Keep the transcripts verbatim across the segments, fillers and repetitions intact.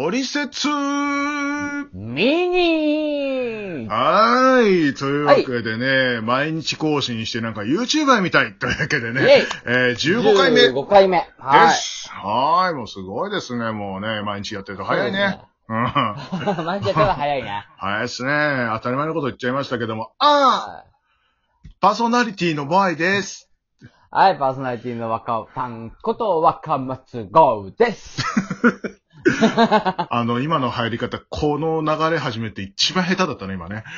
トリセツミニはーい。というわけでね、はい、毎日更新してなんか YouTuber みたいというわけでね、えー、じゅうごかいめ。 じゅうごかいめ。 はい。です。はーい。もうすごいですね。もうね、毎日やってると早いね。うん。 毎日やったら早いね。 早いですね。当たり前のこと言っちゃいましたけども。あー、パーソナリティのボーイです。 はい、パーソナリティの若ファンこと若松剛です。 あの、今の入り方、この流れ始めて一番下手だったね、今ね。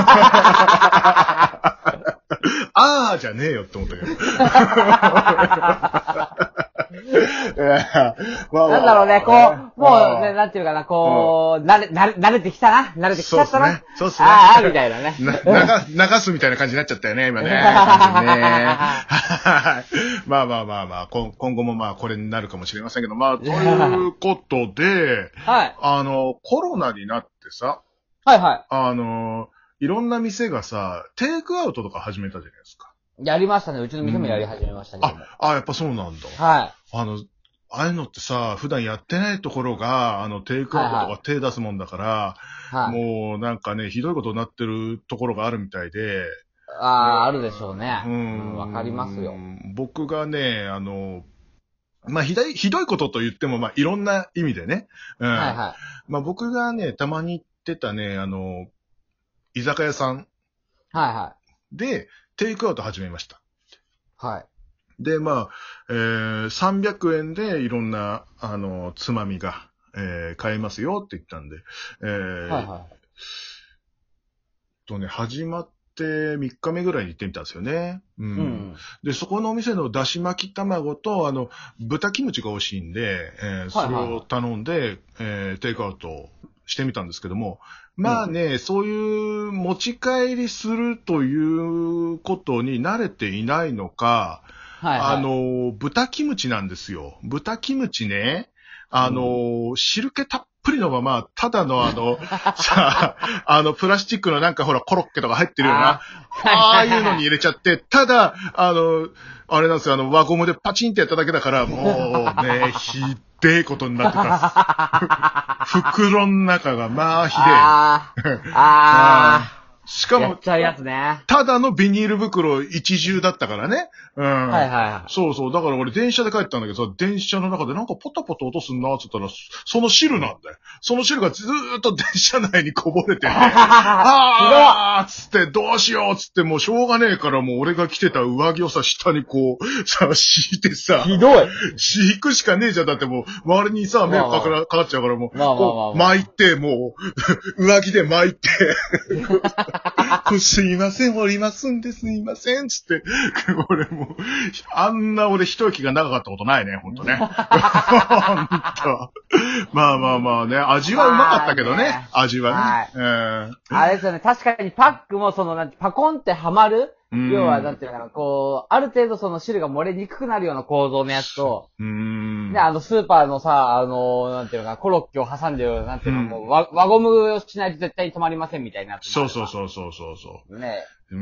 あーじゃねえよって思ったけど。 なんだろうね、こう、もうね、なんていうかな、こう、慣れ、慣れ、慣れてきたな、慣れてきちゃったな。 そうっすね。 ああ、みたいなね。 な、流すみたいな感じになっちゃったよね、今ね。ねまあまあまあまあ、今後もまあこれになるかもしれませんけど、まあ、ということで、 はい。 あの、コロナになってさ、 はいはい。 あの、いろんな店がさ、テイクアウトとか始めたじゃないですか。 やりましたね。うちの店もやり始めましたけども。 あ、あ、やっぱそうなんだ。 はい。 あの、ああいうのってさ、普段やってないところが、あの、テイクアウトとか手出すもんだから、はいはい、もうなんかね、ひどいことになってるところがあるみたいで。 ああ、あるでしょうね。うん、わかりますよ。 僕がね、あの、まあ、ひどい、ひどいことと言っても、まあ、いろんな意味でね。うん。はいはい。まあ、僕がね、たまに行ってたね、あの、居酒屋さん。 はいはい。 で、テイクアウト始めました。 はい。 で、まあ、えー、さんびゃくえんでいろんな、あの、つまみが、えー、買えますよって言ったんで、えー、はいはい。とね、始まってみっかめぐらいに行ってみたんですよね。うん。うん、で、そこのお店のだし巻き卵と、あの、豚キムチが美味しいんで、えー、それを頼んで、はいはいはい、えー、テイクアウトしてみたんですけども、まあね、うん、そういう持ち帰りするということに慣れていないのか、はいはい、あの、豚キムチなんですよ。豚キムチね、あの、うん、汁気たっぷりのまま、ただのあの、さあ、あの、プラスチックのなんかほら、コロッケとか入ってるような、ああいうのに入れちゃって、ただ、あの、あれなんですよ、あの、輪ゴムでパチンってやっただけだから、もうね、ひでえことになってた。袋の中が、まあ、ひでえ。ああ。ああ。しかも、 やっちゃうやつね。 ただのビニール袋一重だったからね。うん。はいはいはい。そうそう。だから俺電車で帰ったんだけどさ、電車の中でなんかポタポタ落とすんなって言ったら、その汁なんだよ。その汁がずーっと電車内にこぼれてて、あーつって、どうしようつって、もうしょうがねえからもう俺が着てた上着をさ、下にこう、さ、敷いてさ、 ひどい。 敷くしかねえじゃん。だってもう、周りにさ、迷惑かかかかっちゃうからもう、まあまあまあまあ、巻いて、もう、上着で巻いて、すいません、おりますんですいません、つって。俺もう、あんな俺一息が長かったことないね、ほんとね。ほんと。まあまあまあね、味はうまかったけどね、ね味はね。はいえー、あれですよね、確かにパックもその、なんて、パコンってはまる要は、なんていうかな、こう、ある程度その汁が漏れにくくなるような構造のやつと、うーん。で、あの、スーパーのさ、あの、なんていうのかな、コロッケを挟んでる、なんていうの、もう、輪、輪ゴムをしないと絶対に止まりませんみたいな。 そうそうそうそうそうそう。 ねうん。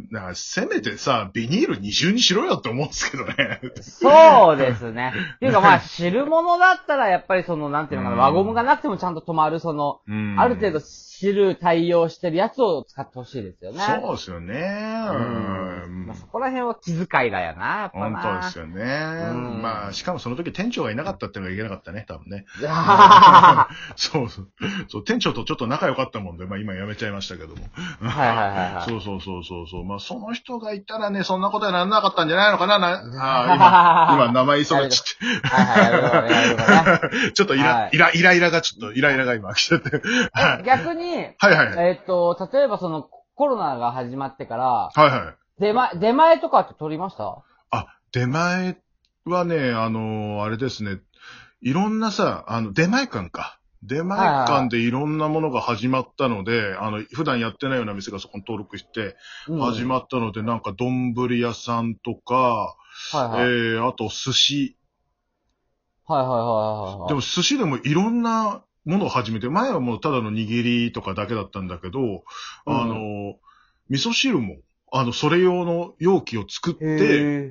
だから、せめてさ、ビニール二重にしろよって思うんですけどね。 そうですね。っていうかまあ、汁物だったら、やっぱりその、なんていうのかな、輪ゴムがなくてもちゃんと止まる、その、ある程度汁対応してるやつを使ってほしいですよね。 そうですよね。うん。 まあ、そこら辺は気遣いだよな、やっぱな。 本当ですよね。まあ、しかもその時店長がいなかったっていうのがいけなかったね、多分ね。そうそう。そう、店長とちょっと仲良かったもんで、まあ今やめちゃいましたけども。 はいはいはい、はい。 そうそうそうそうそう。まあその人がいたらね、そんなことにならなかったんじゃないのかな、なあ今、今名前言いそうなちって。はいはい、やるからね、やるからね。ちょっとイラ、はい、イラ、イライラがちょっと、イライラが今来ちゃって。 逆に、はいはいはい。えっと、例えばその、コロナが始まってから、 はいはい。 出前、出前とかって取りました？ あ、出前はね、あのー、あれですね。いろんなさ、あの、出前館か。出前館でいろんなものが始まったので、はいはいはい、あの、普段やってないような店がそこに登録して、始まったので、うん、なんか、丼屋さんとか、はいはい、えー、あと、寿司。 はいはいはいはい。 でも、寿司でもいろんなものを始めて、前はもうただの握りとかだけだったんだけど、うん、あの、味噌汁もあの、それ用の容器を作って、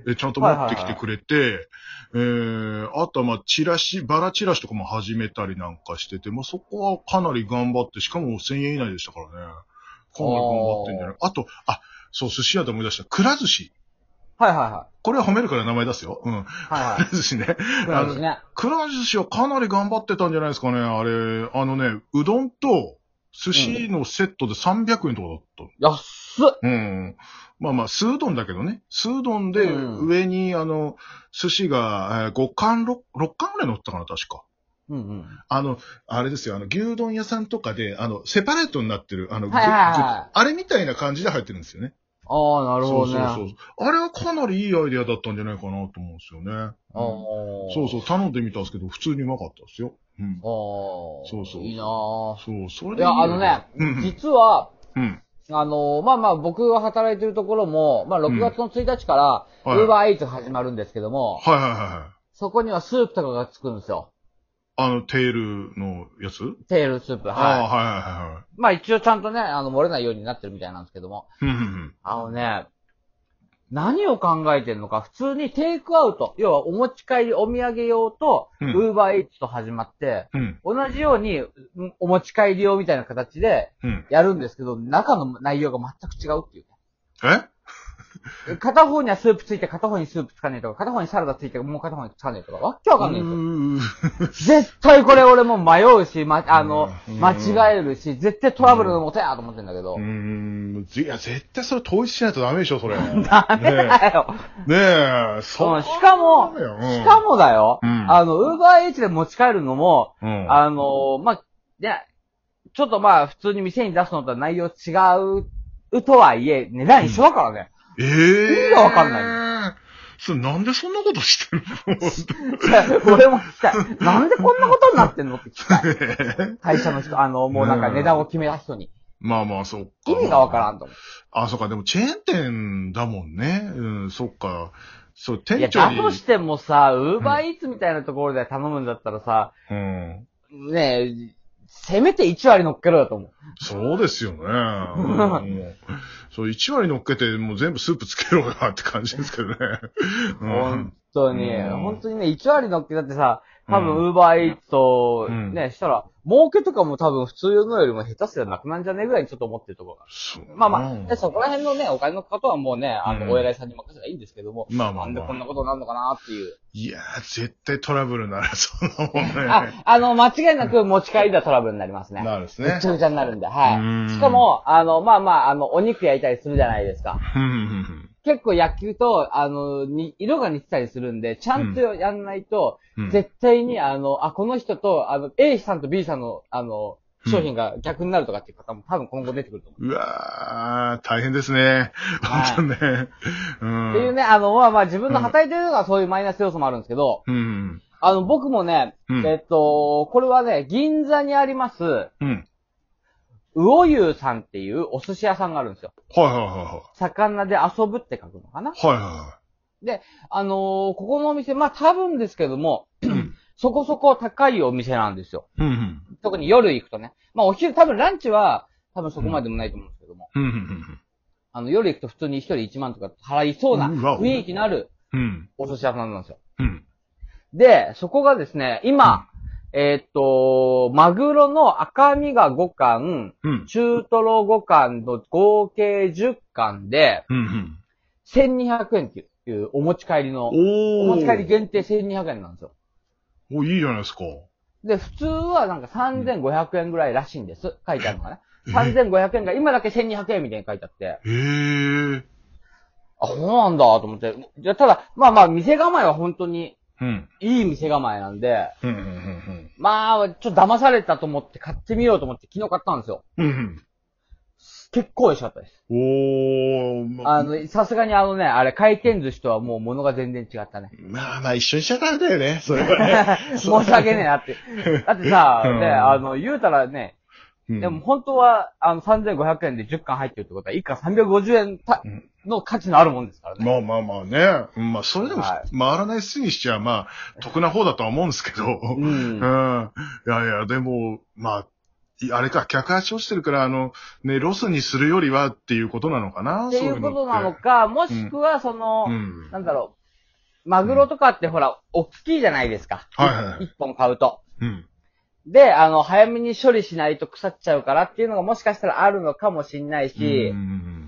ちゃんと持ってきてくれて、はいはいはい、えー、あとはまあ、チラシ、バラチラシとかも始めたりなんかしてて、まあそこはかなり頑張って、しかもせんえん以内でしたからね。かなり頑張ってんじゃない。あと、あ、そう、寿司屋で思い出した。くら寿司。 はいはいはい。 これは褒めるから名前出すよ。うん。はいはい。くら寿司ね。 くら寿司ね。 くら寿司はかなり頑張ってたんじゃないですかね。あれ、あのね、うどんと寿司のセットでさんびゃくえんとかだった。 安っ。 うん。まあまあ、酢うどんだけどね。酢うどんで、上に、あの、寿司がごかん、ろっかんぐらい乗ったかな、確か。うんうん。あの、あれですよ、あの、牛丼屋さんとかで、あの、セパレートになってる、あの、はいはいはい、あれみたいな感じで入ってるんですよね。 ああ、なるほどね。そうそうそう。 あれはかなりいいアイデアだったんじゃないかなと思うんですよね。うん、そうそう、頼んでみたんですけど、普通にうまかったですよ。うん。ああ。そうそう。いいなぁ。そう、それでいい。 いや、あのね、実は、うん。あの、まあまあ、僕が働いてるところも、まあ、ろくがつのついたちから、ウーバーイーツ始まるんですけども、はいはいはいはい。そこにはスープとかがつくんですよ。 あの、テールのやつテールスープ、はい。ああ、はいはいはいはい。まあ一応ちゃんとね、あの、漏れないようになってるみたいなんですけども。うんうんうん。あのね、何を考えてるのか、普通にテイクアウト、要はお持ち帰りお土産用と、ウーバーイーツと始まって、うん、同じようにお持ち帰り用みたいな形でやるんですけど、うん、中の内容が全く違うっていう。 え片方にはスープついて、片方にスープつかねえとか、片方にサラダついて、もう片方につかねえとか、わっけわかんないんですよ。絶対これ俺も迷うし、ま、あの、間違えるし、絶対トラブルのもとやと思ってんだけど。うーん。いや、絶対それ統一しないとダメでしょ、それ。 ダメだよ。 ねえ、 そう。しかも、しかもだよ。うん、あの、ウーバーイーツで持ち帰るのも、うん、あの、まあ、ね、ちょっとまあ、普通に店に出すのとは内容違うとはいえ、値段一緒だからね。うんええー。 意味がわかんない。 それなんでそんなことしてるの俺も聞きたい。なんでこんなことになってんのって聞きたい。会社の人、あの、もうなんか値段を決めた人に。 まあまあ、そっか。 意味がわからんと思う。 あ、そっか。でもチェーン店だもんね。うん、そっか。そう、店長に。 いや、だとしてもさ、ウーバーイーツみたいなところで頼むんだったらさ、うん、ねえ、せめていち割乗っけろよと思う。 そうですよね。うんそう、いち割乗っけて、もう全部スープつけろよって感じですけどね。 うん、本当に、うん、本当にね、いち割乗っけたってさ、多分、ウーバーイーツと、ね、うん、したら、儲けとかも多分普通のよりも下手すりゃなくなんじゃねえぐらいにちょっと思ってるところが。そう。まあまあ、でそこら辺のね、お金のことはもうね、あの、うん、お偉いさんに任せたらいいんですけども、まあまあ、まあ、なんでこんなことになるのかなっていう。 いやー、絶対トラブルになる、そんなもんね。 あ、あの、間違いなく持ち帰りではトラブルになりますね。 なるんですね。 めちゃくちゃになるんで、はい。しかも、あの、まあまあ、あの、お肉焼いたりするじゃないですか。結構焼きと、あの、に、色が似てたりするんで、ちゃんとやんないと、うん、絶対に、あの、あ、この人と、あの、A さんと B さんの、あの、商品が逆になるとかっていう方も多分今後出てくると思う。 うわー、大変ですね。はい、本当ね、 うん。っていうね、あの、まあまあ自分の働いてるのがそういうマイナス要素もあるんですけど、うん、あの、僕もね、うん、えっと、これはね、銀座にあります、うん、魚湯さんっていうお寿司屋さんがあるんですよ。 はいはいはいはい。 魚で遊ぶって書くのかな。 はいはいはい。 で、あのー、ここのお店、まあ多分ですけども、そこそこ高いお店なんですよ。うんうん、特に夜行くとね。まあお昼、多分ランチは、多分そこまでもないと思うんですけども。うんうんうん、あの、夜行くと普通に一人一万とか払いそうな雰囲気のある、お寿司屋さんなんですよ。うん、で、そこがですね、今、うん、えー、っと、マグロの赤身がご貫、うん、中トロご貫の合計じゅっ貫で、うんうん、せんにひゃくえんっていうお持ち帰りの、お持ち帰り限定せんにひゃくえんなんですよ。 お、いいじゃないですか。 で、普通はなんかさんぜんごひゃくえんぐらいらしいんです。書いてあるのがね。さんぜんごひゃくえんが今だけせんにひゃくえんみたいに書いてあって。へー。あ、そうなんだと思って。じゃ、ただ、まあまあ、店構えは本当に、うん、いい店構えなんで、うんうんうんうん、まあ、ちょっと騙されたと思って買ってみようと思って昨日買ったんですよ。うんうん、結構美味しかったです。おー。ま、あの、さすがにあのね、あれ回転寿司とはもう物が全然違ったね。 まあまあ一緒にしちゃダメだよね、それはね。 申し訳ねえなって。だってさ、うん、ね、あの、言うたらね、うん、でも本当は、あの、さんぜんごひゃくえんでじゅっ貫入ってるってことは、いっ貫さんびゃくごじゅうえんた、うんの価値のあるもんですからね。 まあまあまあね。まあそれでも、はい、回らないすにしちゃ、まあ、得な方だとは思うんですけど。うん。うん。いやいや、でも、まあ、 あれか、客足落ちてるから、あの、ね、ロスにするよりはっていうことなのかなっていうことなのか、もしくは、その、うん、なんだろう、マグロとかってほら、大きいじゃないですか。 はいはい。 一本買うと。 うん。 で、あの、早めに処理しないと腐っちゃうからっていうのがもしかしたらあるのかもしれないし、うん、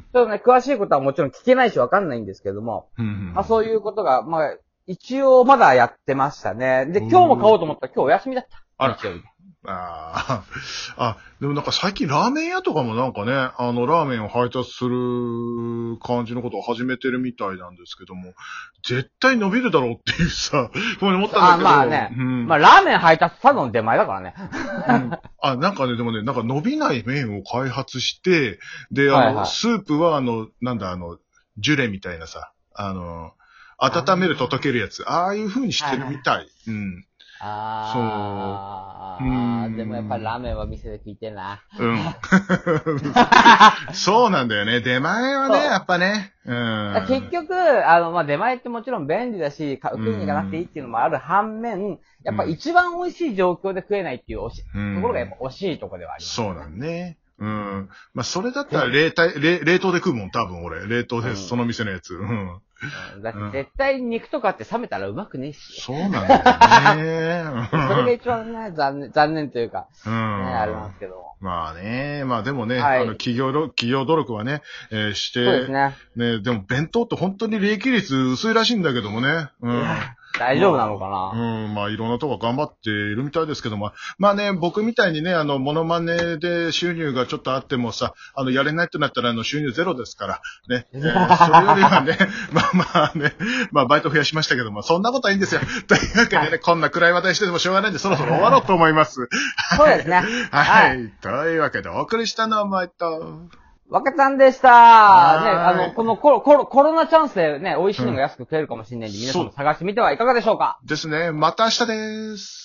ちょっとね、詳しいことはもちろん聞けないしわかんないんですけども、うん、まあそういうことが、まあ、一応まだやってましたね。で、今日も買おうと思ったら今日お休みだった。 あら。ああ。あ、でもなんか最近ラーメン屋とかもなんかね、あの、ラーメンを配達する感じのことを始めてるみたいなんですけども、絶対伸びるだろうっていうさ、ふうに思ったんだけど。 あ、まあね。うん、まあラーメン配達ただの出前だからね。 うん、あ、なんかね、でもね、なんか伸びない麺を開発して、で、あの、はいはい、スープはあの、なんだ、あの、ジュレみたいなさ、あの、温めると溶けるやつ、ああいう風にしてるみたい。はいはい、うん。 ああ。そう。うん。でもやっぱりラーメンは店で聞いてんな。 うん。そうなんだよね。出前はね、やっぱね。うん。 結局、あの、まあ、出前ってもちろん便利だし、食いに行かなくていいっていうのもある反面、やっぱ一番美味しい状況で食えないっていう惜しい、うん、ところがやっぱ惜しいところではあります、 ね。そうなんね。うん。まあ、それだったら冷凍、冷、冷凍で食うもん、多分俺。冷凍です、うん、その店のやつ。うん。 だって絶対肉とかって冷めたらうまくねえし。 そうなんだよね。 それが一番ね、残念、残念というか、うん、ね、ありますけど。 まあね、まあでもね、はい、あの、企業、企業努力はね、えー、して、そうですね。ね、でも弁当って本当に利益率薄いらしいんだけどもね。うん。 大丈夫なのかな、 まあ、うん、まあいろんなとこ頑張っているみたいですけども、まあね、僕みたいにね、あの、モノマネで収入がちょっとあってもさ、あの、やれないってなったら、あの、収入ゼロですから、ね。えー、それよりはね、まあまあね、まあバイト増やしましたけども、そんなことはいいんですよ。というわけでね、はい、こんな暗い話題しててもしょうがないんで、そろそろ終わろうと思います。 そうですね。 はい。はい、というわけで、お送りしたのはマイト。 若ちゃんでした。ね、あの、このコロ、コロ、コロナチャンスでね、美味しいのが安く食えるかもしれないんで、うん、皆さんも探してみてはいかがでしょうか。 ですね。また明日です。